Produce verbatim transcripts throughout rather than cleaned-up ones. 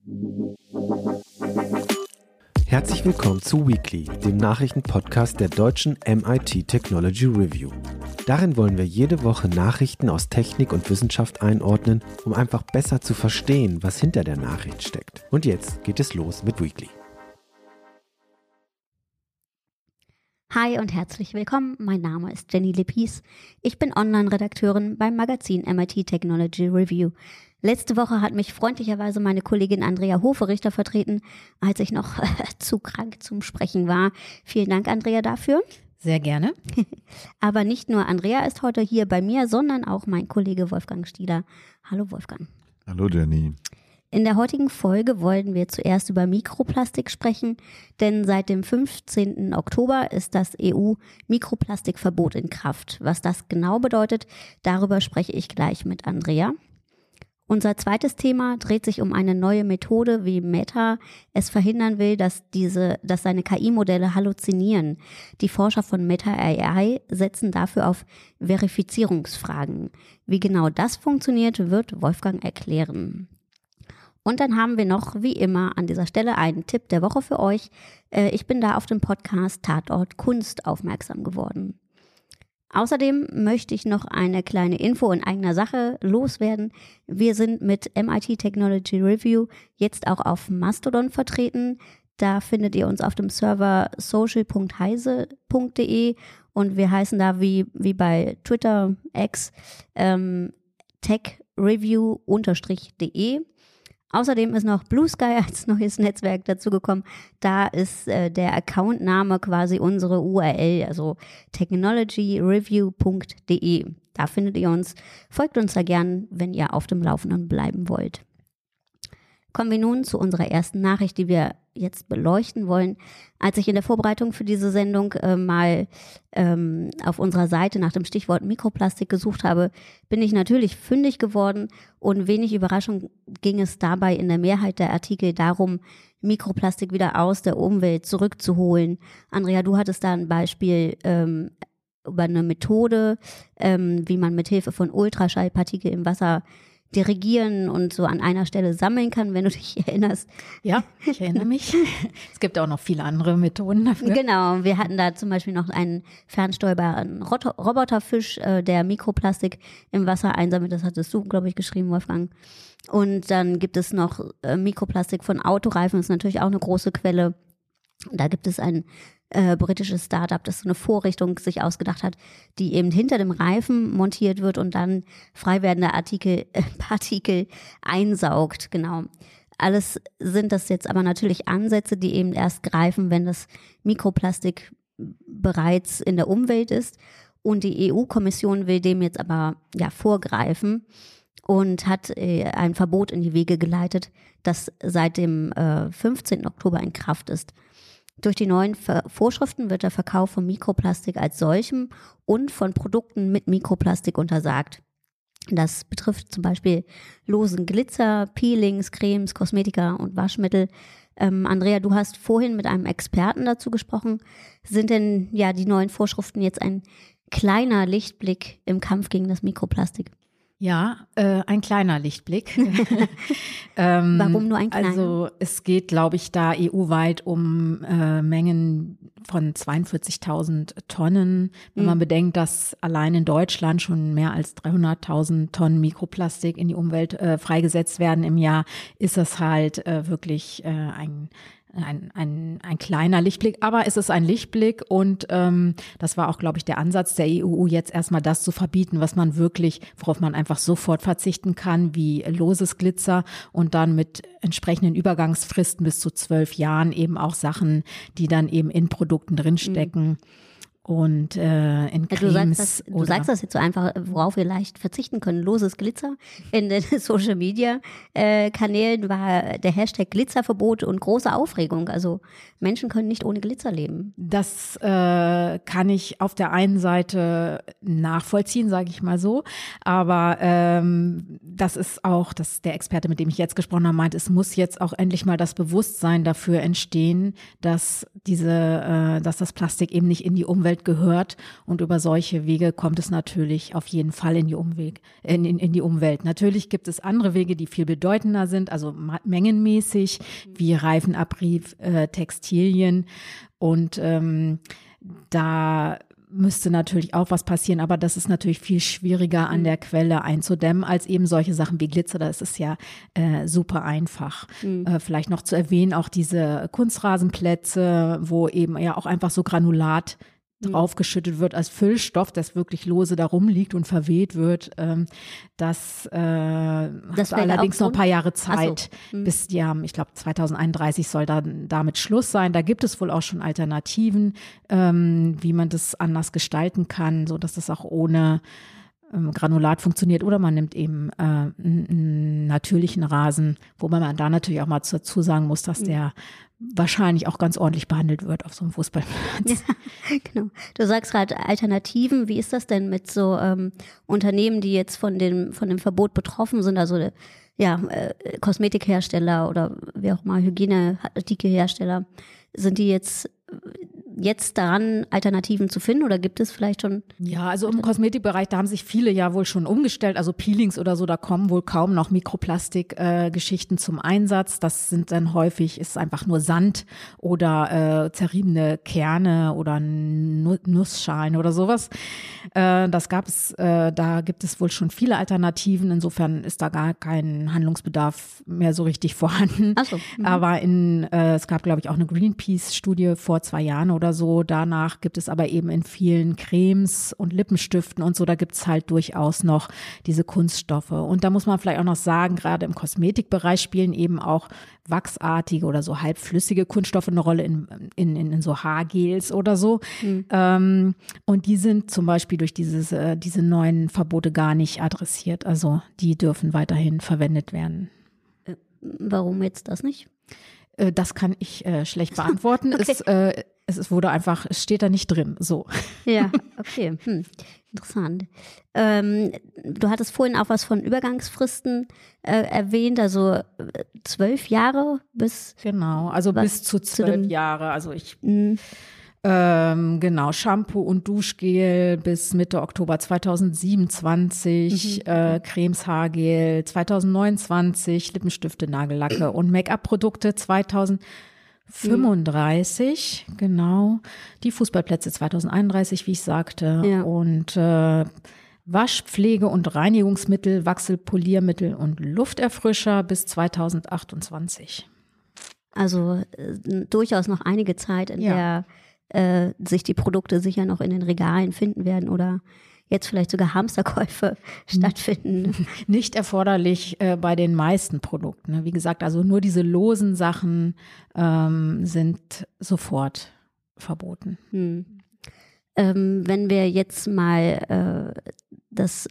Herzlich willkommen zu Weekly, dem Nachrichtenpodcast der deutschen M I T Technology Review. Darin wollen wir jede Woche Nachrichten aus Technik und Wissenschaft einordnen, um einfach besser zu verstehen, was hinter der Nachricht steckt. Und jetzt geht es los mit Weekly. Hi und herzlich willkommen, mein Name ist Jenny Lippis. Ich bin Online-Redakteurin beim Magazin M I T Technology Review. Letzte Woche hat mich freundlicherweise meine Kollegin Andrea Hoferichter vertreten, als ich noch äh, zu krank zum Sprechen war. Vielen Dank, Andrea, dafür. Sehr gerne. Aber nicht nur Andrea ist heute hier bei mir, sondern auch mein Kollege Wolfgang Stieler. Hallo Wolfgang. Hallo Jenny. In der heutigen Folge wollen wir zuerst über Mikroplastik sprechen, denn seit dem fünfzehnten Oktober ist das E U-Mikroplastikverbot in Kraft. Was das genau bedeutet, darüber spreche ich gleich mit Andrea. Unser zweites Thema dreht sich um eine neue Methode, wie Meta es verhindern will, dass diese, dass seine K I-Modelle halluzinieren. Die Forscher von Meta A I setzen dafür auf Verifizierungsfragen. Wie genau das funktioniert, wird Wolfgang erklären. Und dann haben wir noch, wie immer, an dieser Stelle einen Tipp der Woche für euch. Ich bin da auf dem Podcast Tatort Kunst aufmerksam geworden. Außerdem möchte ich noch eine kleine Info in eigener Sache loswerden. Wir sind mit M I T Technology Review jetzt auch auf Mastodon vertreten. Da findet ihr uns auf dem Server social punkt heise punkt de und wir heißen da wie, wie bei Twitter, X, ähm, techreview unterstrich de. Außerdem ist noch Blue Sky als neues Netzwerk dazugekommen. Da ist äh, der Accountname quasi unsere U R L, also technology review punkt de. Da findet ihr uns. Folgt uns da gern, wenn ihr auf dem Laufenden bleiben wollt. Kommen wir nun zu unserer ersten Nachricht, die wir jetzt beleuchten wollen. Als ich in der Vorbereitung für diese Sendung äh, mal ähm, auf unserer Seite nach dem Stichwort Mikroplastik gesucht habe, bin ich natürlich fündig geworden und wenig Überraschung ging es dabei in der Mehrheit der Artikel darum, Mikroplastik wieder aus der Umwelt zurückzuholen. Andrea, du hattest da ein Beispiel ähm, über eine Methode, ähm, wie man mithilfe von Ultraschallpartikel im Wasser dirigieren und so an einer Stelle sammeln kann, wenn du dich erinnerst. Ja, ich erinnere mich. Es gibt auch noch viele andere Methoden dafür. Genau, wir hatten da zum Beispiel noch einen fernsteuerbaren Rot- Roboterfisch, äh, der Mikroplastik im Wasser einsammelt. Das hattest du, glaube ich, geschrieben, Wolfgang. Und dann gibt es noch äh, Mikroplastik von Autoreifen, das ist natürlich auch eine große Quelle. Da gibt es ein äh, britisches Startup, das so eine Vorrichtung sich ausgedacht hat, die eben hinter dem Reifen montiert wird und dann frei werdende Artikel, äh, Partikel einsaugt. Genau. Alles sind das jetzt aber natürlich Ansätze, die eben erst greifen, wenn das Mikroplastik bereits in der Umwelt ist. Und die E U-Kommission will dem jetzt aber ja vorgreifen und hat äh, ein Verbot in die Wege geleitet, das seit dem äh, fünfzehnten Oktober in Kraft ist. Durch die neuen Ver- Vorschriften wird der Verkauf von Mikroplastik als solchem und von Produkten mit Mikroplastik untersagt. Das betrifft zum Beispiel losen Glitzer, Peelings, Cremes, Kosmetika und Waschmittel. Ähm, Andrea, du hast vorhin mit einem Experten dazu gesprochen. Sind denn ja die neuen Vorschriften jetzt ein kleiner Lichtblick im Kampf gegen das Mikroplastik? Ja, äh, ein kleiner Lichtblick. ähm, Warum nur ein kleiner? Also es geht, glaube ich, da E U-weit um äh, Mengen von zweiundvierzigtausend Tonnen. Wenn mhm. man bedenkt, dass allein in Deutschland schon mehr als dreihunderttausend Tonnen Mikroplastik in die Umwelt äh, freigesetzt werden im Jahr, ist das halt äh, wirklich äh, ein Ein, ein, ein kleiner Lichtblick, aber es ist ein Lichtblick und ähm, das war auch, glaube ich, der Ansatz der E U, jetzt erstmal das zu verbieten, was man wirklich, worauf man einfach sofort verzichten kann, wie loses Glitzer und dann mit entsprechenden Übergangsfristen bis zu zwölf Jahren eben auch Sachen, die dann eben in Produkten drinstecken. Mhm. Und äh, in Cremes. Du sagst, das, du sagst das jetzt so einfach, worauf wir leicht verzichten können. Loses Glitzer. In den Social Media äh, Kanälen war der Hashtag Glitzerverbot und große Aufregung. Also Menschen können nicht ohne Glitzer leben. Das äh, kann ich auf der einen Seite nachvollziehen, sage ich mal so. Aber ähm, das ist auch, dass der Experte, mit dem ich jetzt gesprochen habe, meint, es muss jetzt auch endlich mal das Bewusstsein dafür entstehen, dass diese, äh, dass das Plastik eben nicht in die Umwelt Umwelt gehört. Und über solche Wege kommt es natürlich auf jeden Fall in die, Umweg, in, in, in die Umwelt. Natürlich gibt es andere Wege, die viel bedeutender sind, also ma- mengenmäßig, wie Reifenabrieb, äh, Textilien. Und ähm, da müsste natürlich auch was passieren, aber das ist natürlich viel schwieriger an der Quelle einzudämmen als eben solche Sachen wie Glitzer. Da ist es ja äh, super einfach. Mhm. Äh, vielleicht noch zu erwähnen, auch diese Kunstrasenplätze, wo eben ja auch einfach so Granulat draufgeschüttet wird als Füllstoff, das wirklich lose da rumliegt und verweht wird. Ähm, das äh, das hat allerdings noch ein paar Jahre Zeit, so. mhm. bis die haben, ich glaube zwanzig einunddreißig soll dann damit Schluss sein. Da gibt es wohl auch schon Alternativen, ähm, wie man das anders gestalten kann, so dass das auch ohne ähm, Granulat funktioniert. Oder man nimmt eben äh, einen, einen natürlichen Rasen, wo man da natürlich auch mal dazu sagen muss, dass mhm. der wahrscheinlich auch ganz ordentlich behandelt wird auf so einem Fußballplatz. Ja, genau. Du sagst gerade Alternativen. Wie ist das denn mit so ähm, Unternehmen, die jetzt von dem von dem Verbot betroffen sind? Also ja, äh, Kosmetikhersteller oder wie auch mal Hygieneartikelhersteller. Sind die jetzt jetzt daran, Alternativen zu finden oder gibt es vielleicht schon? Ja, also im Kosmetikbereich, da haben sich viele ja wohl schon umgestellt, also Peelings oder so, da kommen wohl kaum noch Mikroplastik-Geschichten äh, zum Einsatz. Das sind dann häufig, ist einfach nur Sand oder äh, zerriebene Kerne oder Nussschalen oder sowas. Äh, das gab es, äh, da gibt es wohl schon viele Alternativen. Insofern ist da gar kein Handlungsbedarf mehr so richtig vorhanden. Ach so. Mhm. Aber in, äh, es gab, glaube ich, auch eine Greenpeace-Studie vor zwei Jahren oder so. Danach gibt es aber eben in vielen Cremes und Lippenstiften und so, da gibt es halt durchaus noch diese Kunststoffe. Und da muss man vielleicht auch noch sagen, gerade im Kosmetikbereich spielen eben auch wachsartige oder so halbflüssige Kunststoffe eine Rolle in, in, in, in so Haargels oder so. Mhm. Ähm, und die sind zum Beispiel durch dieses, äh, diese neuen Verbote gar nicht adressiert. Also die dürfen weiterhin verwendet werden. Warum jetzt das nicht? Äh, das kann ich äh, schlecht beantworten. Okay. Es, äh, es wurde einfach, es steht da nicht drin. So. Ja, okay. Hm. Interessant. Ähm, du hattest vorhin auch was von Übergangsfristen äh, erwähnt, also äh, zwölf Jahre bis. Genau, also bis zu zwölf zu Jahre. Also ich. Mh. Ähm, genau, Shampoo und Duschgel bis Mitte Oktober zweitausendsiebenundzwanzig, mhm. äh, Cremes, Haargel zweitausendneunundzwanzig, Lippenstifte, Nagellacke und Make-up-Produkte zweitausendfünfunddreißig, mhm. genau, die Fußballplätze zweitausendeinunddreißig, wie ich sagte, ja. und äh, Waschpflege und Reinigungsmittel, Wachselpoliermittel und Lufterfrischer bis zweitausendachtundzwanzig. Also äh, durchaus noch einige Zeit, in ja. der Äh, sich die Produkte sicher noch in den Regalen finden werden oder jetzt vielleicht sogar Hamsterkäufe stattfinden. Nicht erforderlich äh, bei den meisten Produkten. Ne? Wie gesagt, also nur diese losen Sachen ähm, sind sofort verboten. Hm. Ähm, wenn wir jetzt mal äh, das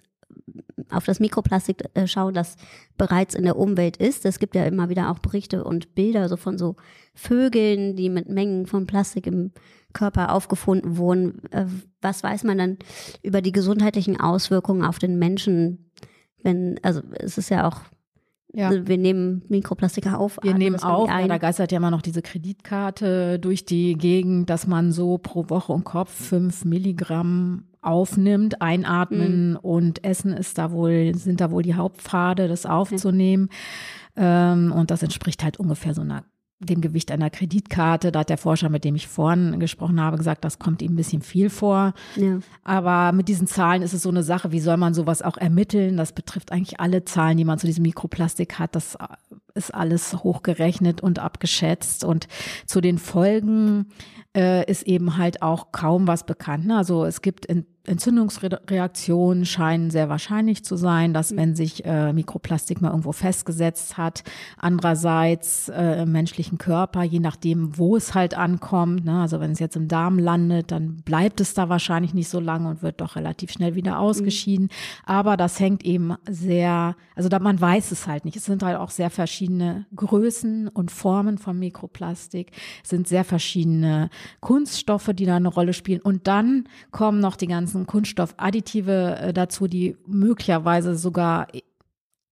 auf das Mikroplastik äh, schauen, das bereits in der Umwelt ist. Es gibt ja immer wieder auch Berichte und Bilder so von so Vögeln, die mit Mengen von Plastik im Körper aufgefunden wurden. Äh, was weiß man dann über die gesundheitlichen Auswirkungen auf den Menschen? Wenn, also es ist ja auch, ja. Also wir nehmen Mikroplastik auf. Wir nehmen auf, ja, da geistert ja immer noch diese Kreditkarte durch die Gegend, dass man so pro Woche und Kopf fünf Milligramm aufnimmt, einatmen mhm. und Essen ist da wohl, sind da wohl die Hauptpfade, das aufzunehmen. Ja. Ähm, und das entspricht halt ungefähr so einer, dem Gewicht einer Kreditkarte. Da hat der Forscher, mit dem ich vorhin gesprochen habe, gesagt, das kommt ihm ein bisschen viel vor. Ja. Aber mit diesen Zahlen ist es so eine Sache, wie soll man sowas auch ermitteln? Das betrifft eigentlich alle Zahlen, die man zu diesem Mikroplastik hat. Das ist alles hochgerechnet und abgeschätzt. Und zu den Folgen äh, ist eben halt auch kaum was bekannt. Also es gibt in Entzündungsreaktionen scheinen sehr wahrscheinlich zu sein, dass wenn sich äh, Mikroplastik mal irgendwo festgesetzt hat, andererseits äh, im menschlichen Körper, je nachdem, wo es halt ankommt, ne, also wenn es jetzt im Darm landet, dann bleibt es da wahrscheinlich nicht so lange und wird doch relativ schnell wieder ausgeschieden. Mhm. Aber das hängt eben sehr, also da, man weiß es halt nicht. Es sind halt auch sehr verschiedene Größen und Formen von Mikroplastik, es sind sehr verschiedene Kunststoffe, die da eine Rolle spielen. Und dann kommen noch die ganzen Kunststoffadditive äh, dazu, die möglicherweise sogar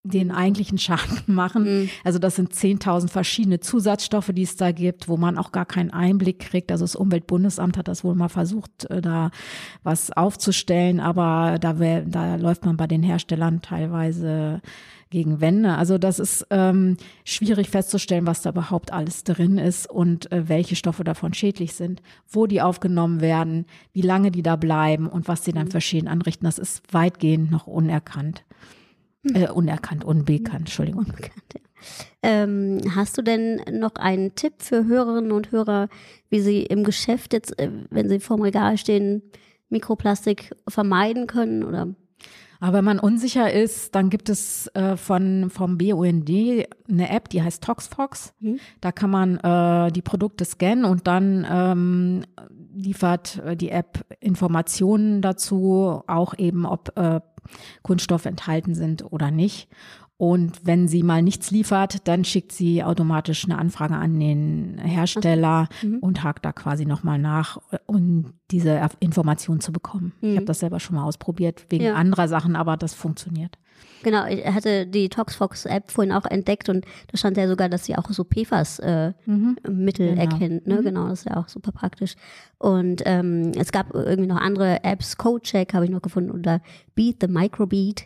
den eigentlichen Schaden machen. Mhm. Also das sind zehntausend verschiedene Zusatzstoffe, die es da gibt, wo man auch gar keinen Einblick kriegt. Also das Umweltbundesamt hat das wohl mal versucht, da was aufzustellen, aber da, wär, da läuft man bei den Herstellern teilweise gegen Wände. Also das ist ähm, schwierig festzustellen, was da überhaupt alles drin ist und äh, welche Stoffe davon schädlich sind, wo die aufgenommen werden, wie lange die da bleiben und was sie dann für Schäden anrichten. Das ist weitgehend noch unerkannt. Äh, unerkannt, unbekannt, Entschuldigung. Unbekannt, ja. ähm, hast du denn noch einen Tipp für Hörerinnen und Hörer, wie sie im Geschäft jetzt, äh, wenn sie vorm Regal stehen, Mikroplastik vermeiden können? Oder? Aber wenn man unsicher ist, dann gibt es äh, von vom B U N D eine App, die heißt ToxFox. Mhm. Da kann man äh, die Produkte scannen und dann ähm, liefert äh, die App Informationen dazu, auch eben ob äh, Kunststoffe enthalten sind oder nicht. Und wenn sie mal nichts liefert, dann schickt sie automatisch eine Anfrage an den Hersteller mhm. und hakt da quasi nochmal nach, um diese Information zu bekommen. Mhm. Ich habe das selber schon mal ausprobiert, wegen ja. anderer Sachen, aber das funktioniert. Genau, ich hatte die ToxFox-App vorhin auch entdeckt und da stand ja sogar, dass sie auch so P F A S-Mittel äh, mhm. genau. erkennt. Ne? Mhm. Genau, das ist ja auch super praktisch. Und ähm, es gab irgendwie noch andere Apps, CodeCheck habe ich noch gefunden oder Beat the Microbeat.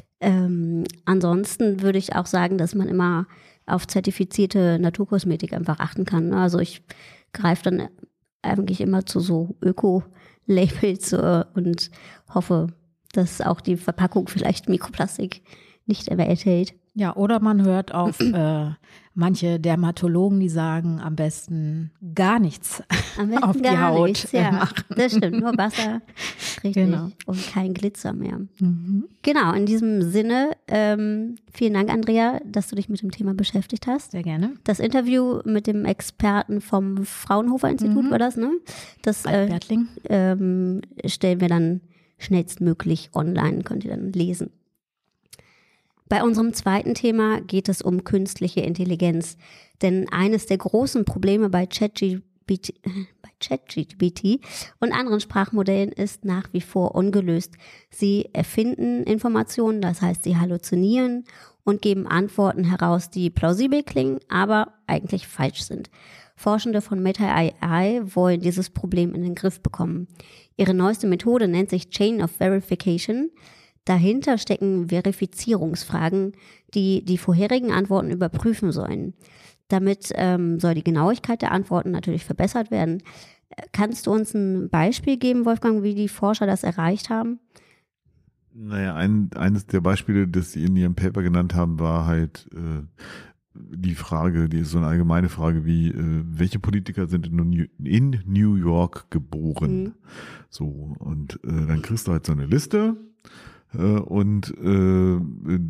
Ähm, ansonsten würde ich auch sagen, dass man immer auf zertifizierte Naturkosmetik einfach achten kann. Ne? Also ich greife dann eigentlich immer zu so Öko-Labels äh, und hoffe, dass auch die Verpackung vielleicht Mikroplastik nicht enthält. Ja, oder man hört auf äh, manche Dermatologen, die sagen, am besten gar nichts am besten auf die Haut nichts, ja. machen. Das stimmt, nur Wasser, richtig, genau. Und kein Glitzer mehr. Mhm. Genau, in diesem Sinne, ähm, vielen Dank, Andrea, dass du dich mit dem Thema beschäftigt hast. Sehr gerne. Das Interview mit dem Experten vom Fraunhofer Institut mhm. war das, ne? Das äh, ähm, stellen wir dann schnellstmöglich online, könnt ihr dann lesen. Bei unserem zweiten Thema geht es um künstliche Intelligenz, denn eines der großen Probleme bei ChatGPT, bei ChatGPT und anderen Sprachmodellen ist nach wie vor ungelöst. Sie erfinden Informationen, das heißt, sie halluzinieren und geben Antworten heraus, die plausibel klingen, aber eigentlich falsch sind. Forschende von Meta A I wollen dieses Problem in den Griff bekommen. Ihre neueste Methode nennt sich Chain of Verification. Dahinter stecken Verifizierungsfragen, die die vorherigen Antworten überprüfen sollen. Damit ähm, soll die Genauigkeit der Antworten natürlich verbessert werden. Kannst du uns ein Beispiel geben, Wolfgang, wie die Forscher das erreicht haben? Naja, ein, eines der Beispiele, das Sie in Ihrem Paper genannt haben, war halt äh, die Frage, die ist so eine allgemeine Frage wie, äh, welche Politiker sind in New, in New York geboren? Mhm. So, und äh, dann kriegst du halt so eine Liste. Und äh, eine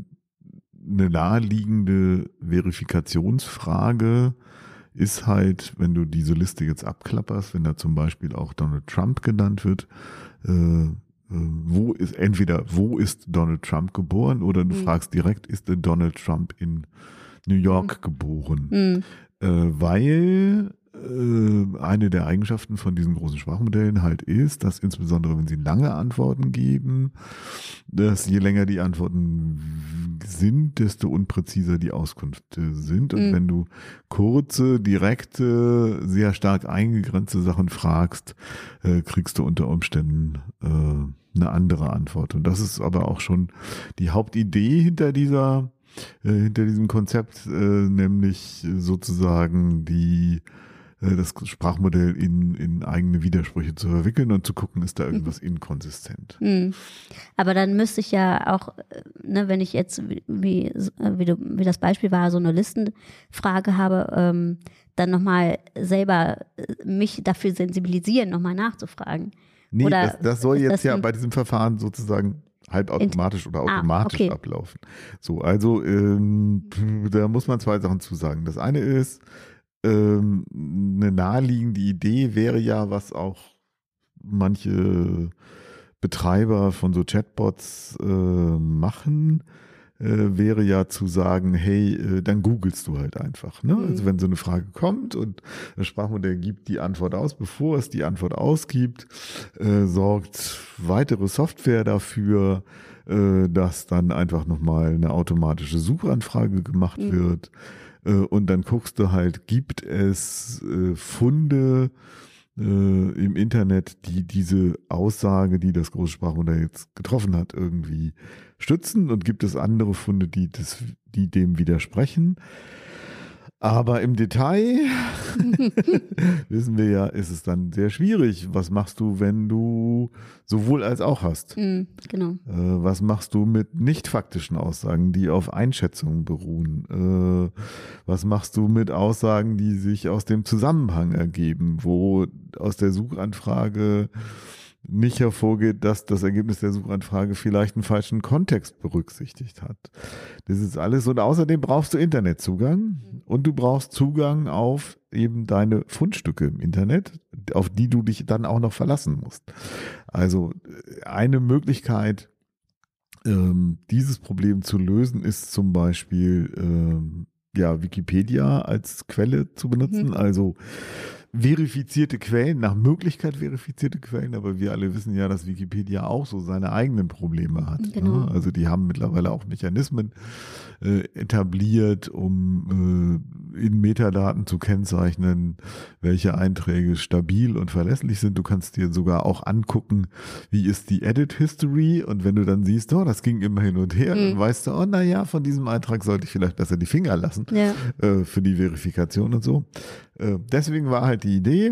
naheliegende Verifikationsfrage ist halt, wenn du diese Liste jetzt abklapperst, wenn da zum Beispiel auch Donald Trump genannt wird, äh, wo ist entweder wo ist Donald Trump geboren oder du mhm. fragst direkt, ist denn Donald Trump in New York mhm. geboren? Mhm. Äh, weil eine der Eigenschaften von diesen großen Sprachmodellen halt ist, dass insbesondere wenn sie lange Antworten geben, dass je länger die Antworten sind, desto unpräziser die Auskünfte sind. Und mhm. wenn du kurze, direkte, sehr stark eingegrenzte Sachen fragst, kriegst du unter Umständen eine andere Antwort. Und das ist aber auch schon die Hauptidee hinter dieser, hinter diesem Konzept, nämlich sozusagen die das Sprachmodell in, in eigene Widersprüche zu verwickeln und zu gucken, ist da irgendwas mhm. inkonsistent. Mhm. Aber dann müsste ich ja auch, ne, wenn ich jetzt, wie, wie, du, wie das Beispiel war, so eine Listenfrage habe, ähm, dann nochmal selber mich dafür sensibilisieren, nochmal nachzufragen. Nee, oder das, das soll jetzt das ja bei diesem Verfahren sozusagen halbautomatisch oder automatisch ah, okay. ablaufen. So, also ähm, da muss man zwei Sachen zu sagen. Das eine ist, eine naheliegende Idee wäre ja, was auch manche Betreiber von so Chatbots äh, machen, äh, wäre ja zu sagen, hey, äh, dann googelst du halt einfach. Ne? Mhm. Also wenn so eine Frage kommt und das Sprachmodell gibt die Antwort aus, bevor es die Antwort ausgibt, äh, sorgt weitere Software dafür, äh, dass dann einfach nochmal eine automatische Suchanfrage gemacht Mhm. wird. Äh, und dann guckst du halt, gibt es äh, Funde äh, im Internet, die diese Aussage, die das große Sprachmodell jetzt getroffen hat, irgendwie stützen, und gibt es andere Funde, die, das, die dem widersprechen. Aber im Detail wissen wir ja, ist es dann sehr schwierig. Was machst du, wenn du sowohl als auch hast? Mhm, genau. Äh, was machst du mit nicht faktischen Aussagen, die auf Einschätzungen beruhen? Äh, was machst du mit Aussagen, die sich aus dem Zusammenhang ergeben, wo aus der Suchanfrage nicht hervorgeht, dass das Ergebnis der Suchanfrage vielleicht einen falschen Kontext berücksichtigt hat. Das ist alles. Und außerdem brauchst du Internetzugang und du brauchst Zugang auf eben deine Fundstücke im Internet, auf die du dich dann auch noch verlassen musst. Also eine Möglichkeit, ähm, dieses Problem zu lösen, ist zum Beispiel ähm, ja, Wikipedia als Quelle zu benutzen. Mhm. Also verifizierte Quellen, nach Möglichkeit verifizierte Quellen, aber wir alle wissen ja, dass Wikipedia auch so seine eigenen Probleme hat. Genau. Ne? Also die haben mittlerweile auch Mechanismen äh, etabliert, um äh, in Metadaten zu kennzeichnen, welche Einträge stabil und verlässlich sind. Du kannst dir sogar auch angucken, wie ist die Edit History, und wenn du dann siehst, oh, das ging immer hin und her, Mhm. dann weißt du, oh, naja, von diesem Eintrag sollte ich vielleicht besser die Finger lassen Ja. äh, für die Verifikation und so. Äh, deswegen war halt die Idee,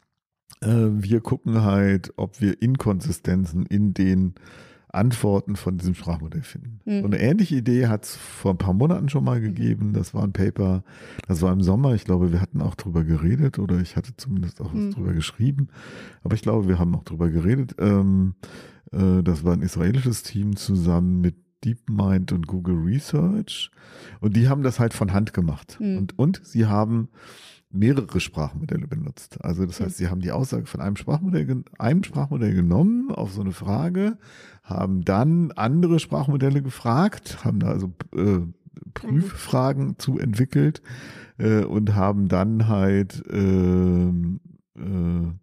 äh, wir gucken halt, ob wir Inkonsistenzen in den Antworten von diesem Sprachmodell finden. Mhm. So eine ähnliche Idee hat es vor ein paar Monaten schon mal gegeben. Das war ein Paper, das war im Sommer. Ich glaube, wir hatten auch drüber geredet, oder ich hatte zumindest auch was Mhm. drüber geschrieben. Aber ich glaube, wir haben auch drüber geredet. Ähm, äh, das war ein israelisches Team zusammen mit DeepMind und Google Research. Und die haben das halt von Hand gemacht. Mhm. Und, und sie haben mehrere Sprachmodelle benutzt. Also das Mhm. heißt, sie haben die Aussage von einem Sprachmodell, gen- einem Sprachmodell genommen auf so eine Frage, haben dann andere Sprachmodelle gefragt, haben da also äh, Prüffragen zu entwickelt äh, und haben dann halt ähm, äh,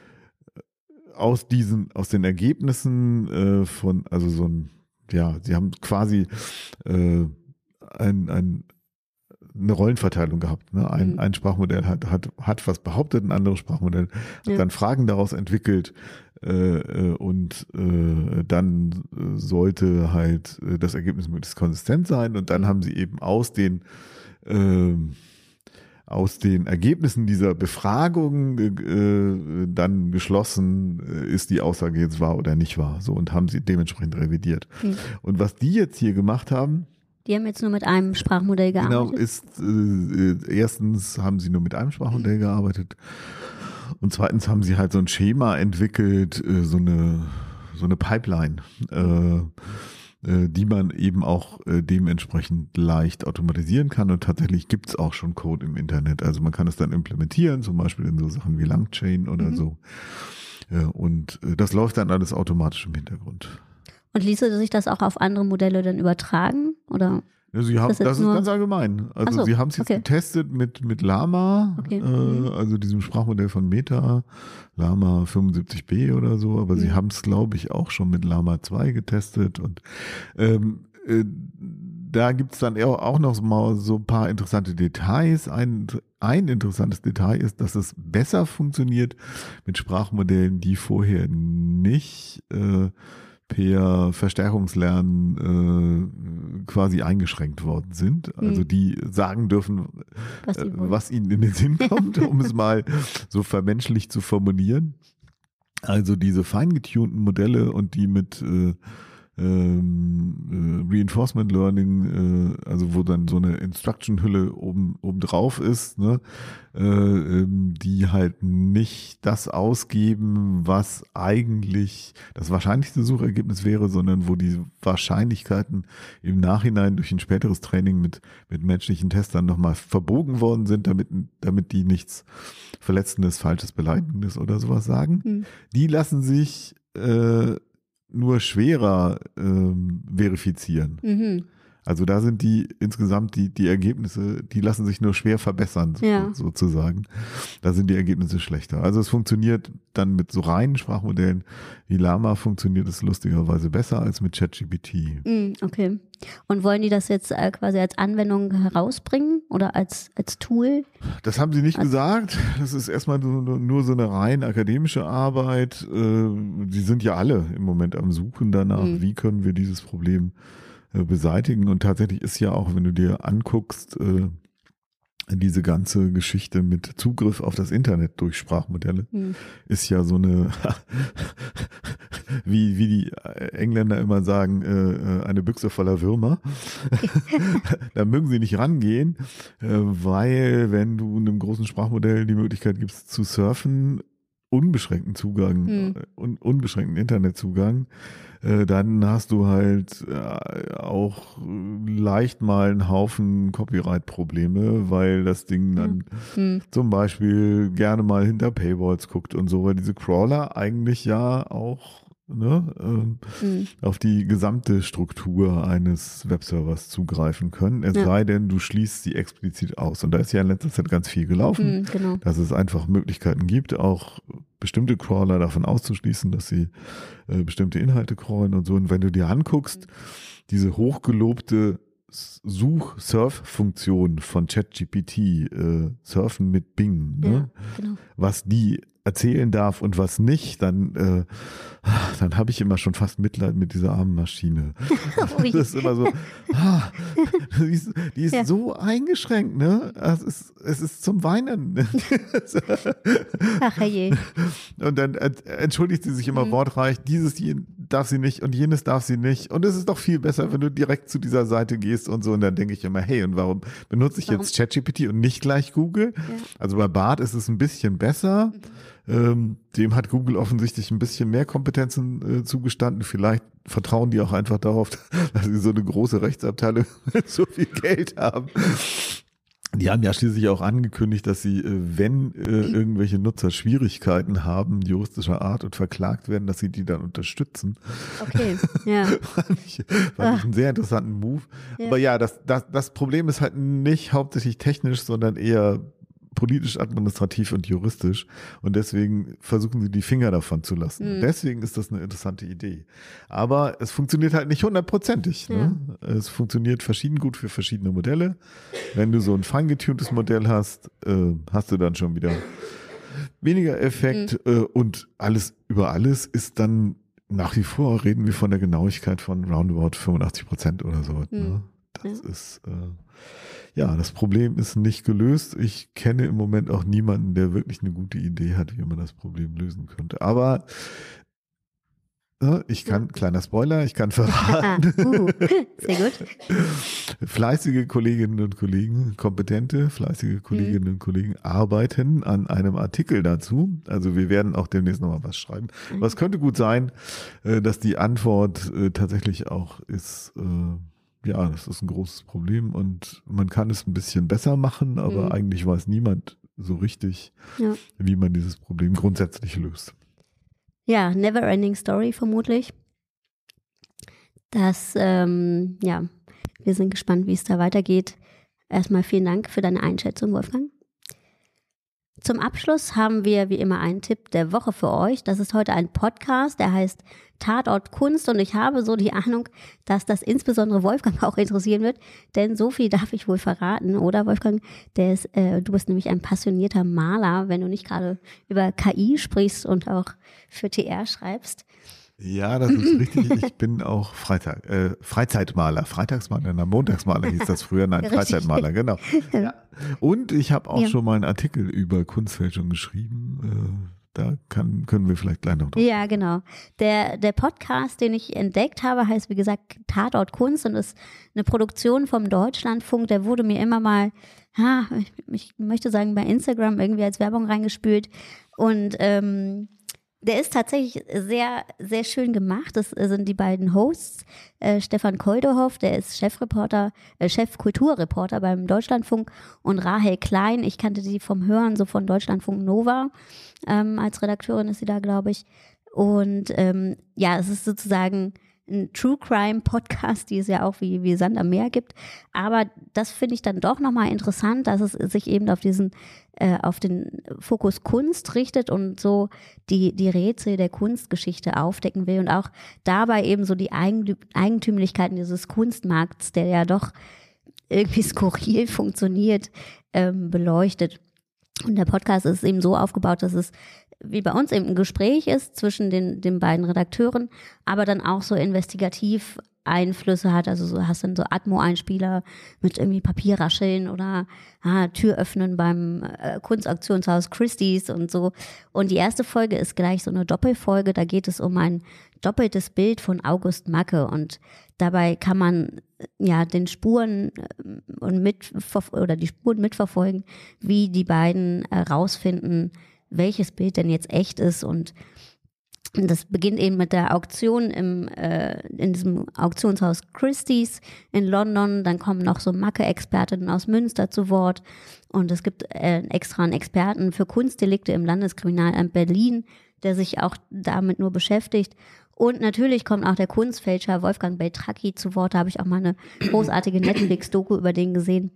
aus diesen, aus den Ergebnissen äh, von, also so ein, ja, sie haben quasi äh, ein, ein eine Rollenverteilung gehabt. Ne? Ein, Mhm. ein Sprachmodell hat, hat, hat was behauptet, ein anderes Sprachmodell hat Ja. dann Fragen daraus entwickelt äh, äh, und äh, dann äh, sollte halt äh, das Ergebnis möglichst konsistent sein, und dann Mhm. haben sie eben aus den ähm, aus den Ergebnissen dieser Befragung äh, dann geschlossen, äh, ist die Aussage jetzt wahr oder nicht wahr. So, und haben sie dementsprechend revidiert. Mhm. Und was die jetzt hier gemacht haben, Die haben jetzt nur mit einem Sprachmodell genau, gearbeitet. ist äh, erstens haben sie nur mit einem Sprachmodell gearbeitet, und zweitens haben sie halt so ein Schema entwickelt, äh, so eine so eine Pipeline, äh, äh, die man eben auch äh, dementsprechend leicht automatisieren kann, und tatsächlich gibt es auch schon Code im Internet. Also man kann es dann implementieren, zum Beispiel in so Sachen wie Langchain oder Mhm. so. Äh, und äh, das läuft dann alles automatisch im Hintergrund. Und ließe sich das auch auf andere Modelle dann übertragen? Oder? Ja, sie haben, das das, jetzt ist nur- ganz allgemein. Also Ach so, sie haben es jetzt okay. getestet mit, mit Lama, Okay. äh, Mhm. also diesem Sprachmodell von Meta, Lama fünfundsiebzig b oder so, aber sie Mhm. haben es, glaube ich, auch schon mit Lama zwei getestet, und ähm, äh, da gibt's dann auch auch noch mal so ein paar interessante Details. Ein, ein interessantes Detail ist, dass es besser funktioniert mit Sprachmodellen, die vorher nicht äh, per Verstärkungslernen äh, quasi eingeschränkt worden sind. Also Hm. die sagen dürfen, Was äh, sie wollen. was ihnen in den Sinn kommt, um es mal so vermenschlicht zu formulieren. Also diese feingetunten Modelle und die mit äh, ähm, äh, Reinforcement Learning, äh, also wo dann so eine Instruction-Hülle oben, oben drauf ist, ne, äh, ähm, die halt nicht das ausgeben, was eigentlich das wahrscheinlichste Suchergebnis wäre, sondern wo die Wahrscheinlichkeiten im Nachhinein durch ein späteres Training mit, mit menschlichen Testern nochmal verbogen worden sind, damit, damit die nichts Verletzendes, Falsches, Beleidigendes oder sowas sagen. Hm. Die lassen sich äh, nur schwerer ähm, verifizieren. Mhm. Also da sind die insgesamt die, die Ergebnisse, die lassen sich nur schwer verbessern, Ja. so, sozusagen. Da sind die Ergebnisse schlechter. Also es funktioniert dann mit so reinen Sprachmodellen wie Llama funktioniert es lustigerweise besser als mit ChatGPT. Mm, okay. Und wollen die das jetzt äh, quasi als Anwendung herausbringen oder als, als Tool? Das haben sie nicht Also, gesagt. Das ist erstmal nur, nur so eine rein akademische Arbeit. Sie sind ja alle im Moment am Suchen danach, Mhm. wie können wir dieses Problem beseitigen. Und tatsächlich ist ja auch, wenn du dir anguckst, diese ganze Geschichte mit Zugriff auf das Internet durch Sprachmodelle, Mhm. ist ja so eine, wie, wie die Engländer immer sagen, eine Büchse voller Würmer. Da mögen sie nicht rangehen, weil wenn du einem großen Sprachmodell die Möglichkeit gibst zu surfen, unbeschränkten Zugang, Mhm. un, unbeschränkten Internetzugang, äh, dann hast du halt äh, auch leicht mal einen Haufen Copyright-Probleme, weil das Ding dann Mhm. zum Beispiel gerne mal hinter Paywalls guckt und so, weil diese Crawler eigentlich ja auch ne, ähm, Mhm. auf die gesamte Struktur eines Webservers zugreifen können, es Ja. sei denn, du schließt sie explizit aus. Und da ist ja in letzter Zeit ganz viel gelaufen, Mhm, genau. dass es einfach Möglichkeiten gibt, auch bestimmte Crawler davon auszuschließen, dass sie äh, bestimmte Inhalte crawlen und so. Und wenn du dir anguckst, diese hochgelobte Such-Surf-Funktion von ChatGPT, äh, Surfen mit Bing, ne? Ja, genau. Was die erzählen darf und was nicht, dann, äh, dann habe ich immer schon fast Mitleid mit dieser armen Maschine. Ui. Das ist immer so, ah, die ist, die ist Ja. so eingeschränkt, ne? Es ist, es ist zum Weinen. Ach herrje. Und dann ent- entschuldigt sie sich immer Mhm. wortreich, dieses jen- darf sie nicht und jenes darf sie nicht. Und es ist doch viel besser, wenn du direkt zu dieser Seite gehst und so. Und dann denke ich immer, hey, und warum benutze ich Warum? jetzt ChatGPT und nicht gleich Google? Ja. Also bei Bart ist es ein bisschen besser. Ähm, dem hat Google offensichtlich ein bisschen mehr Kompetenzen äh, zugestanden. Vielleicht vertrauen die auch einfach darauf, dass sie so eine große Rechtsabteilung mit so viel Geld haben. Die haben ja schließlich auch angekündigt, dass sie, äh, wenn äh, irgendwelche Nutzer Schwierigkeiten haben, juristischer Art und verklagt werden, dass sie die dann unterstützen. Okay, ja. Fand ich, fand ich einen sehr interessanten Move. Ja. Aber ja, das, das, das Problem ist halt nicht hauptsächlich technisch, sondern eher politisch, administrativ und juristisch. Und deswegen versuchen sie die Finger davon zu lassen. Mhm. Deswegen ist das eine interessante Idee. Aber es funktioniert halt nicht hundertprozentig. Ne? Es funktioniert verschieden gut für verschiedene Modelle. Wenn du so ein feingetuntes Modell hast, äh, hast du dann schon wieder weniger Effekt. Mhm. Äh, und alles über alles ist dann nach wie vor, reden wir von der Genauigkeit von roundabout fünfundachtzig Prozent oder so. Mhm. Ne? Das Ja. ist, äh, ja, das Problem ist nicht gelöst. Ich kenne im Moment auch niemanden, der wirklich eine gute Idee hat, wie man das Problem lösen könnte. Aber äh, ich kann, kleiner Spoiler, ich kann verraten, Ah, uh, sehr gut. fleißige Kolleginnen und Kollegen, kompetente, fleißige Kolleginnen und Kollegen arbeiten an einem Artikel dazu. Also wir werden auch demnächst nochmal was schreiben. Aber es könnte gut sein, äh, dass die Antwort äh, tatsächlich auch ist, äh, ja, das ist ein großes Problem und man kann es ein bisschen besser machen, aber Mhm. eigentlich weiß niemand so richtig, Ja. wie man dieses Problem grundsätzlich löst. Ja, never ending story vermutlich. Das, ähm, ja, wir sind gespannt, wie es da weitergeht. Erstmal vielen Dank für deine Einschätzung, Wolfgang. Zum Abschluss haben wir wie immer einen Tipp der Woche für euch. Das ist heute ein Podcast, der heißt Tatort Kunst und ich habe so die Ahnung, dass das insbesondere Wolfgang auch interessieren wird, denn so viel darf ich wohl verraten, oder Wolfgang? Der ist, äh, du bist nämlich ein passionierter Maler, wenn du nicht gerade über K I sprichst und auch für T R schreibst. Ja, das ist richtig. Ich bin auch Freitag, äh, Freizeitmaler, Freitagsmaler, na, Montagsmaler hieß das früher, nein, Richtig. Freizeitmaler, genau. Ja. Und ich habe auch Ja. schon mal einen Artikel über Kunstfälschung geschrieben. Äh, da kann, können wir vielleicht gleich noch drauf. Ja, genau. Der, der Podcast, den ich entdeckt habe, heißt wie gesagt Tatort Kunst und ist eine Produktion vom Deutschlandfunk. Der wurde mir immer mal, ha, ich, ich möchte sagen, bei Instagram irgendwie als Werbung reingespült. Und ähm, der ist tatsächlich sehr, sehr schön gemacht. Das sind die beiden Hosts. Äh, Stefan Koldehoff, der ist Chefreporter, äh, Chefkulturreporter beim Deutschlandfunk und Rahel Klein, ich kannte die vom Hören, so von Deutschlandfunk Nova. Ähm, als Redakteurin ist sie da, glaube ich. Und ähm, ja, es ist sozusagen ein True Crime Podcast, die es ja auch wie, wie Sand am Meer gibt. Aber das finde ich dann doch nochmal interessant, dass es sich eben auf diesen, äh, auf den Fokus Kunst richtet und so die, die Rätsel der Kunstgeschichte aufdecken will und auch dabei eben so die Eigen, Eigentümlichkeiten dieses Kunstmarkts, der ja doch irgendwie skurril funktioniert, ähm, beleuchtet. Und der Podcast ist eben so aufgebaut, dass es wie bei uns eben ein Gespräch ist zwischen den, den beiden Redakteuren, aber dann auch so investigativ Einflüsse hat, also so hast dann so Atmo-Einspieler mit irgendwie Papierrascheln oder ah, Tür öffnen beim äh, Kunstauktionshaus Christie's und so. Und die erste Folge ist gleich so eine Doppelfolge, da geht es um ein doppeltes Bild von August Macke und dabei kann man ja den Spuren und mit oder die Spuren mitverfolgen, wie die beiden herausfinden, welches Bild denn jetzt echt ist und das beginnt eben mit der Auktion im, äh, in diesem Auktionshaus Christie's in London. Dann kommen noch so Macke-Expertinnen aus Münster zu Wort. Und es gibt äh, extra einen Experten für Kunstdelikte im Landeskriminalamt Berlin, der sich auch damit nur beschäftigt. Und natürlich kommt auch der Kunstfälscher Wolfgang Beltracchi zu Wort. Da habe ich auch mal eine großartige Netflix-Doku über den gesehen.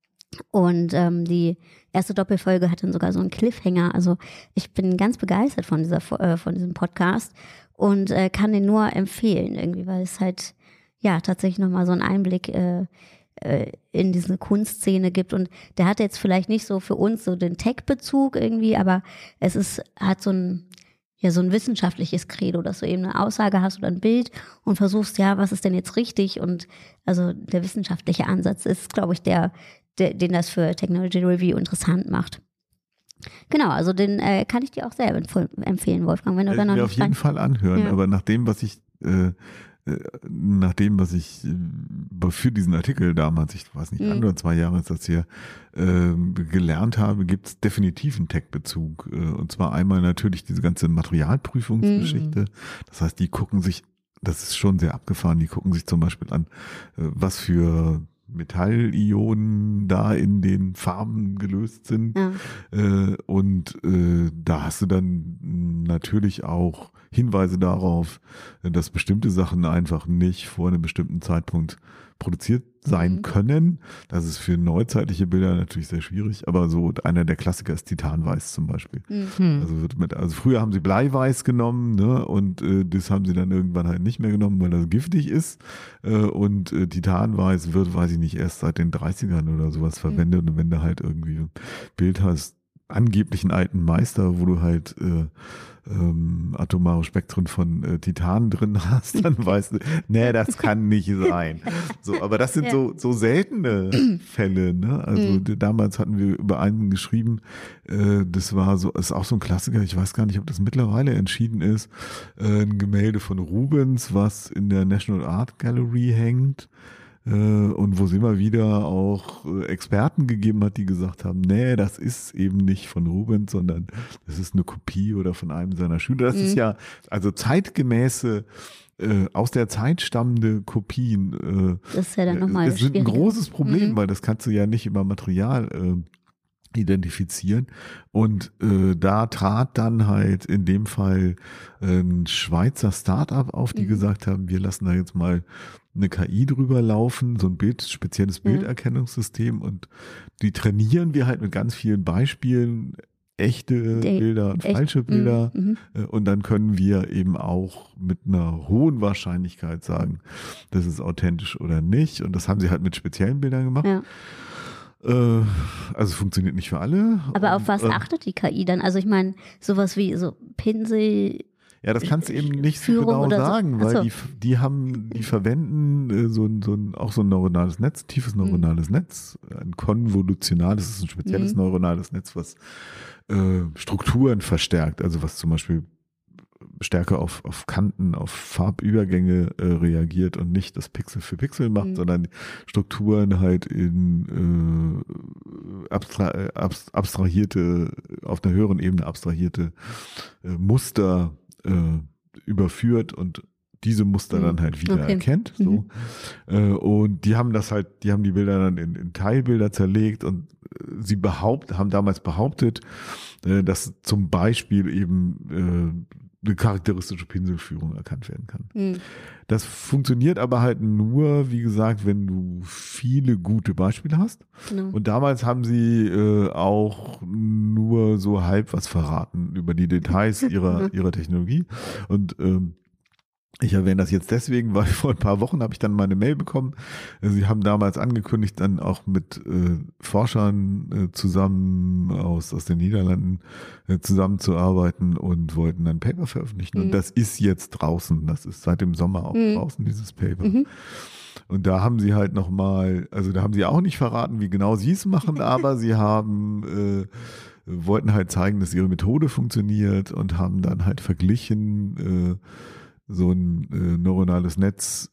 Und ähm, die erste Doppelfolge hat dann sogar so einen Cliffhanger. Also ich bin ganz begeistert von dieser äh, von diesem Podcast und äh, kann den nur empfehlen irgendwie, weil es halt ja tatsächlich nochmal so einen Einblick äh, äh, in diese Kunstszene gibt. Und der hat jetzt vielleicht nicht so für uns so den Tech-Bezug irgendwie, aber es ist hat so ein ja so ein wissenschaftliches Credo, dass du eben eine Aussage hast oder ein Bild und versuchst, ja, was ist denn jetzt richtig? Und also der wissenschaftliche Ansatz ist, glaube ich, der den das für Technology Review interessant macht. Genau, also den äh, kann ich dir auch selber empfehlen, Wolfgang, wenn du da noch nicht auf jeden Fall anhören, ja. Aber nach dem, was ich äh, nach dem, was ich für diesen Artikel damals, ich weiß nicht, mhm. ein oder zwei Jahre ist das hier, äh, gelernt habe, gibt es definitiv einen Tech-Bezug. Und zwar einmal natürlich diese ganze Materialprüfungsgeschichte. Mhm. Das heißt, die gucken sich, das ist schon sehr abgefahren, die gucken sich zum Beispiel an, was für Metallionen da in den Farben gelöst sind. Ja. Äh, und äh, da hast du dann natürlich auch Hinweise darauf, dass bestimmte Sachen einfach nicht vor einem bestimmten Zeitpunkt produziert sein mhm. können. Das ist für neuzeitliche Bilder natürlich sehr schwierig, aber so einer der Klassiker ist Titanweiß zum Beispiel. Mhm. Also, wird mit, also früher haben sie Bleiweiß genommen, ne, und äh, das haben sie dann irgendwann halt nicht mehr genommen, weil das giftig ist. Äh, und äh, Titanweiß wird, weiß ich nicht, erst seit den dreißigern oder sowas verwendet. Mhm. Und wenn du halt irgendwie ein Bild hast, angeblich einen alten Meister, wo du halt äh, ähm, atomare Spektren von äh, Titan drin hast, dann weißt du, nee, das kann nicht sein. So, aber das sind ja. so so seltene Fälle, ne? Also mhm. damals hatten wir über einen geschrieben, äh, das war so, ist auch so ein Klassiker, ich weiß gar nicht, ob das mittlerweile entschieden ist, äh, ein Gemälde von Rubens, was in der National Art Gallery hängt. Und wo es immer wieder auch Experten gegeben hat, die gesagt haben, nee, das ist eben nicht von Rubens, sondern das ist eine Kopie oder von einem seiner Schüler. Das mhm. ist ja, also zeitgemäße, äh, aus der Zeit stammende Kopien. Äh, das ist ja dann nochmal Das ist ein großes Problem, mhm. weil das kannst du ja nicht über Material äh, identifizieren. Und äh, da trat dann halt in dem Fall ein Schweizer Start-up auf, die mhm. gesagt haben, wir lassen da jetzt mal eine K I drüber laufen, so ein Bild, spezielles Bilderkennungssystem, und die trainieren wir halt mit ganz vielen Beispielen, echte Die, Bilder und echt? falsche Bilder, mhm. und dann können wir eben auch mit einer hohen Wahrscheinlichkeit sagen, das ist authentisch oder nicht, und das haben sie halt mit speziellen Bildern gemacht. Ja. Also funktioniert nicht für alle. Aber auf was achtet die K I dann? Also ich meine, sowas wie so Pinsel. Ja, das kannst du eben nicht so genau sagen, so. weil die, die haben, die verwenden äh, so ein, so ein, auch so ein neuronales Netz, tiefes neuronales mhm. Netz, ein konvolutionales, das ist ein spezielles mhm. neuronales Netz, was äh, Strukturen verstärkt, also was zum Beispiel stärker auf, auf Kanten, auf Farbübergänge äh, reagiert und nicht das Pixel für Pixel macht, mhm. sondern Strukturen halt in äh, abstra- abstrahierte, auf einer höheren Ebene abstrahierte äh, Muster äh, überführt und diese Muster mhm. dann halt wieder okay. erkennt. So. Mhm. Und die haben das halt, die haben die Bilder dann in, in Teilbilder zerlegt, und sie behaupt, haben damals behauptet, dass zum Beispiel eben eine charakteristische Pinselführung erkannt werden kann. Mhm. Das funktioniert aber halt nur, wie gesagt, wenn du viele gute Beispiele hast. Genau. Und damals haben sie äh, auch nur so halb was verraten über die Details ihrer, ihrer Technologie. Und ähm, ich erwähne das jetzt deswegen, weil vor ein paar Wochen habe ich dann mal eine Mail bekommen. Sie haben damals angekündigt, dann auch mit äh, Forschern äh, zusammen aus, aus den Niederlanden äh, zusammenzuarbeiten und wollten ein Paper veröffentlichen. Mhm. Und das ist jetzt draußen. Das ist seit dem Sommer auch mhm. draußen, dieses Paper. Mhm. Und da haben sie halt nochmal, also da haben sie auch nicht verraten, wie genau sie es machen, aber sie haben äh, wollten halt zeigen, dass ihre Methode funktioniert und haben dann halt verglichen, äh, so ein äh, neuronales Netz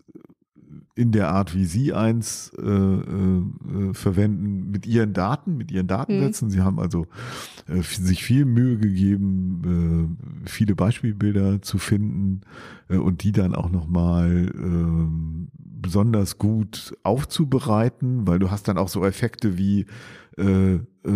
in der Art, wie Sie eins äh, äh, verwenden, mit Ihren Daten, mit Ihren Datensätzen. Mhm. Sie haben also äh, sich viel Mühe gegeben, äh, viele Beispielbilder zu finden äh, und die dann auch nochmal äh, besonders gut aufzubereiten, weil du hast dann auch so Effekte wie äh, äh,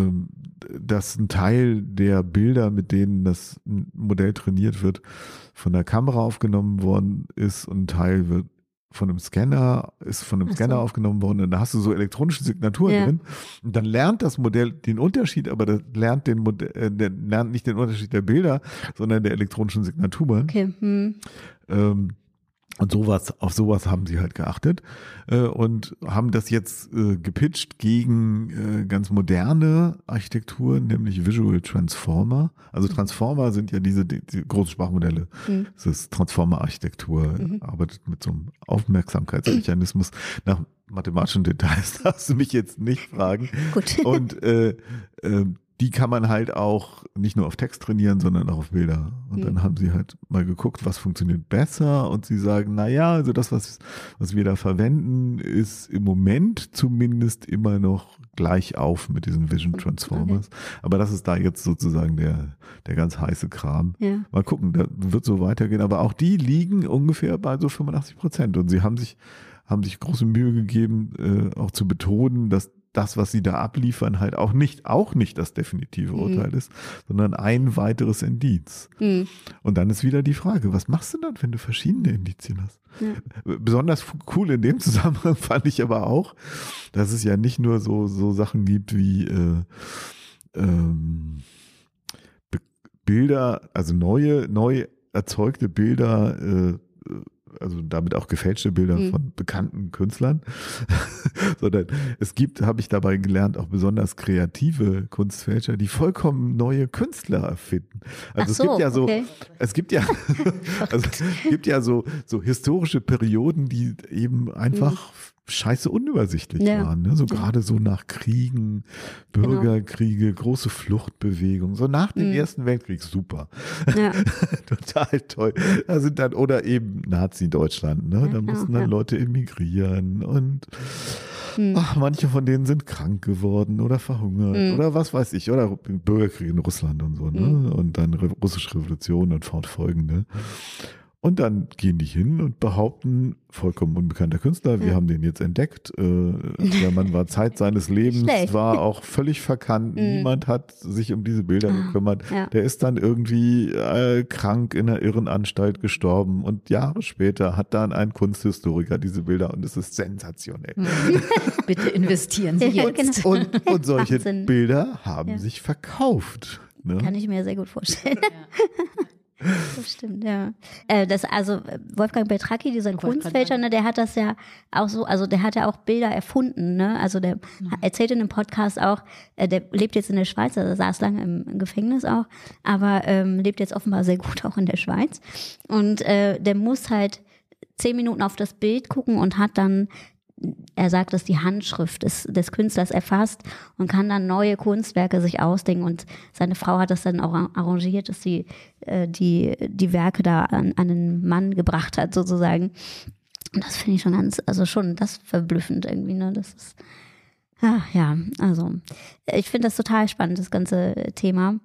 dass ein Teil der Bilder, mit denen das Modell trainiert wird, von der Kamera aufgenommen worden ist und ein Teil wird von einem Scanner, ist von einem Ach Scanner so. aufgenommen worden und da hast du so elektronische Signaturen ja. drin und dann lernt das Modell den Unterschied, aber das lernt den Modell, äh, der lernt nicht den Unterschied der Bilder, sondern der elektronischen Signaturen. Okay. Hm. Ähm, Und sowas, auf sowas haben sie halt geachtet äh, und haben das jetzt äh, gepitcht gegen äh, ganz moderne Architekturen, nämlich Visual Transformer. Also Transformer sind ja diese die, die großen Sprachmodelle. Mhm. Das ist Transformer-Architektur, mhm. arbeitet mit so einem Aufmerksamkeitsmechanismus. Nach mathematischen Details darfst du mich jetzt nicht fragen. Gut. Und äh, äh, die kann man halt auch nicht nur auf Text trainieren, sondern auch auf Bilder. Und mhm. dann haben sie halt mal geguckt, was funktioniert besser. Und sie sagen, na ja, also das, was, was wir da verwenden, ist im Moment zumindest immer noch gleich auf mit diesen Vision Transformers. Okay. Aber das ist da jetzt sozusagen der, der ganz heiße Kram. Ja. Mal gucken, da wird so weitergehen. Aber auch die liegen ungefähr bei so fünfundachtzig Prozent. Und sie haben sich, haben sich große Mühe gegeben, äh, auch zu betonen, dass das, was sie da abliefern, halt auch nicht, auch nicht das definitive mhm. Urteil ist, sondern ein weiteres Indiz. Mhm. Und dann ist wieder die Frage, was machst du dann, wenn du verschiedene Indizien hast? Ja. Besonders cool in dem Zusammenhang fand ich aber auch, dass es ja nicht nur so, so Sachen gibt wie äh, ähm, Bilder, also neue, neu erzeugte Bilder, äh, also damit auch gefälschte Bilder mhm. von bekannten Künstlern, sondern es gibt, habe ich dabei gelernt, auch besonders kreative Kunstfälscher, die vollkommen neue Künstler erfinden. Also so, es gibt ja so, okay. es gibt ja, also es gibt ja so, so historische Perioden, die eben einfach mhm. scheiße unübersichtlich ja. waren, ne? So ja. gerade so nach Kriegen, Bürgerkriege, genau. große Fluchtbewegungen, so nach dem mhm. Ersten Weltkrieg, super. Ja. Total toll. Da sind dann, oder eben Nazi-Deutschland, ne? Da ja, mussten dann ja. Leute emigrieren und mhm. ach, manche von denen sind krank geworden oder verhungert mhm. oder was weiß ich, oder Bürgerkrieg in Russland und so, ne? Mhm. Und dann Re- russische Revolution und fortfolgende. Und dann gehen die hin und behaupten, vollkommen unbekannter Künstler, wir ja. haben den jetzt entdeckt. Äh, der Mann war Zeit seines Lebens, Schlecht. war auch völlig verkannt. Mm. Niemand hat sich um diese Bilder ah, gekümmert. Ja. Der ist dann irgendwie äh, krank in einer Irrenanstalt gestorben. Und Jahre später hat dann ein Kunsthistoriker diese Bilder und es ist sensationell. Bitte investieren Sie ja, jetzt. Genau. Und, und solche Wahnsinn. Bilder haben ja. sich verkauft. Ne? Kann ich mir sehr gut vorstellen. Ja. Das stimmt, ja. Äh, das, also Wolfgang Beltracchi, dieser Kunstfälscher, ne, der hat das ja auch so, also der hat ja auch Bilder erfunden, ne? Also der mhm. erzählt in einem Podcast auch, äh, der lebt jetzt in der Schweiz, also saß lange im, im Gefängnis auch, aber ähm, lebt jetzt offenbar sehr gut auch in der Schweiz. Und äh, der muss halt zehn Minuten auf das Bild gucken und hat dann, er sagt, dass die Handschrift des, des Künstlers erfasst und kann dann neue Kunstwerke sich ausdenken. Und seine Frau hat das dann auch arrangiert, dass sie äh, die, die Werke da an, an den Mann gebracht hat, sozusagen. Und das finde ich schon ganz, also schon das verblüffend irgendwie, ne? Das ist, ach, ja, also ich finde das total spannend, das ganze Thema.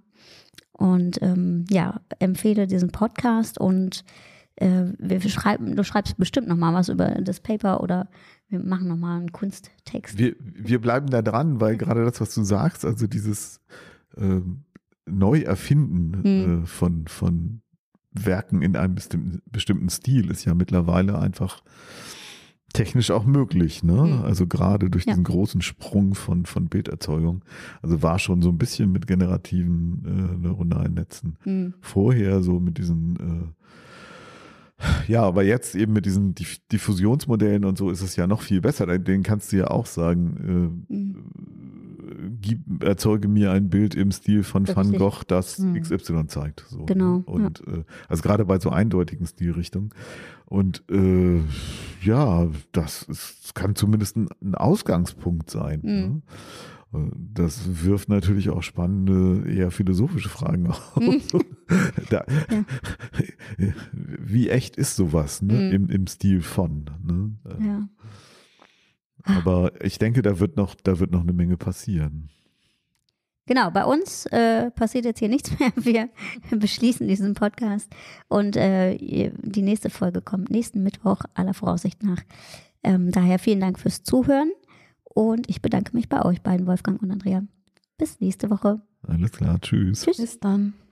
Und ähm, ja, empfehle diesen Podcast und äh, wir schreiben, du schreibst bestimmt nochmal was über das Paper oder wir machen nochmal einen Kunsttext. Wir, wir bleiben da dran, weil gerade das, was du sagst, also dieses äh, Neuerfinden hm. äh, von, von Werken in einem bestimmten, bestimmten Stil ist ja mittlerweile einfach technisch auch möglich, ne? Mhm. Also gerade durch Ja. diesen großen Sprung von, von Bilderzeugung. Also war schon so ein bisschen mit generativen äh, neuronalen Netzen Mhm. vorher so mit diesen äh, ja, aber jetzt eben mit diesen Diff- Diffusionsmodellen und so ist es ja noch viel besser. Den kannst du ja auch sagen, äh, Mhm. gib, erzeuge mir ein Bild im Stil von Van Richtig. Gogh, das Mhm. X Y zeigt. So, Genau, ne? Und äh, also gerade bei so eindeutigen Stilrichtungen. Und äh, ja, das ist, kann zumindest ein, ein Ausgangspunkt sein. Mhm. Ne? Das wirft natürlich auch spannende, eher philosophische Fragen auf. Mhm. Da, Ja. Wie echt ist sowas, ne? Mhm. Im, im Stil von. Ne? Ja. Aber ich denke, da wird noch, da wird noch eine Menge passieren. Genau, bei uns äh, passiert jetzt hier nichts mehr. Wir beschließen diesen Podcast und äh, die nächste Folge kommt nächsten Mittwoch, aller Voraussicht nach. Ähm, daher vielen Dank fürs Zuhören und ich bedanke mich bei euch beiden, Wolfgang und Andrea. Bis nächste Woche. Alles klar, tschüss. Tschüss. Bis dann.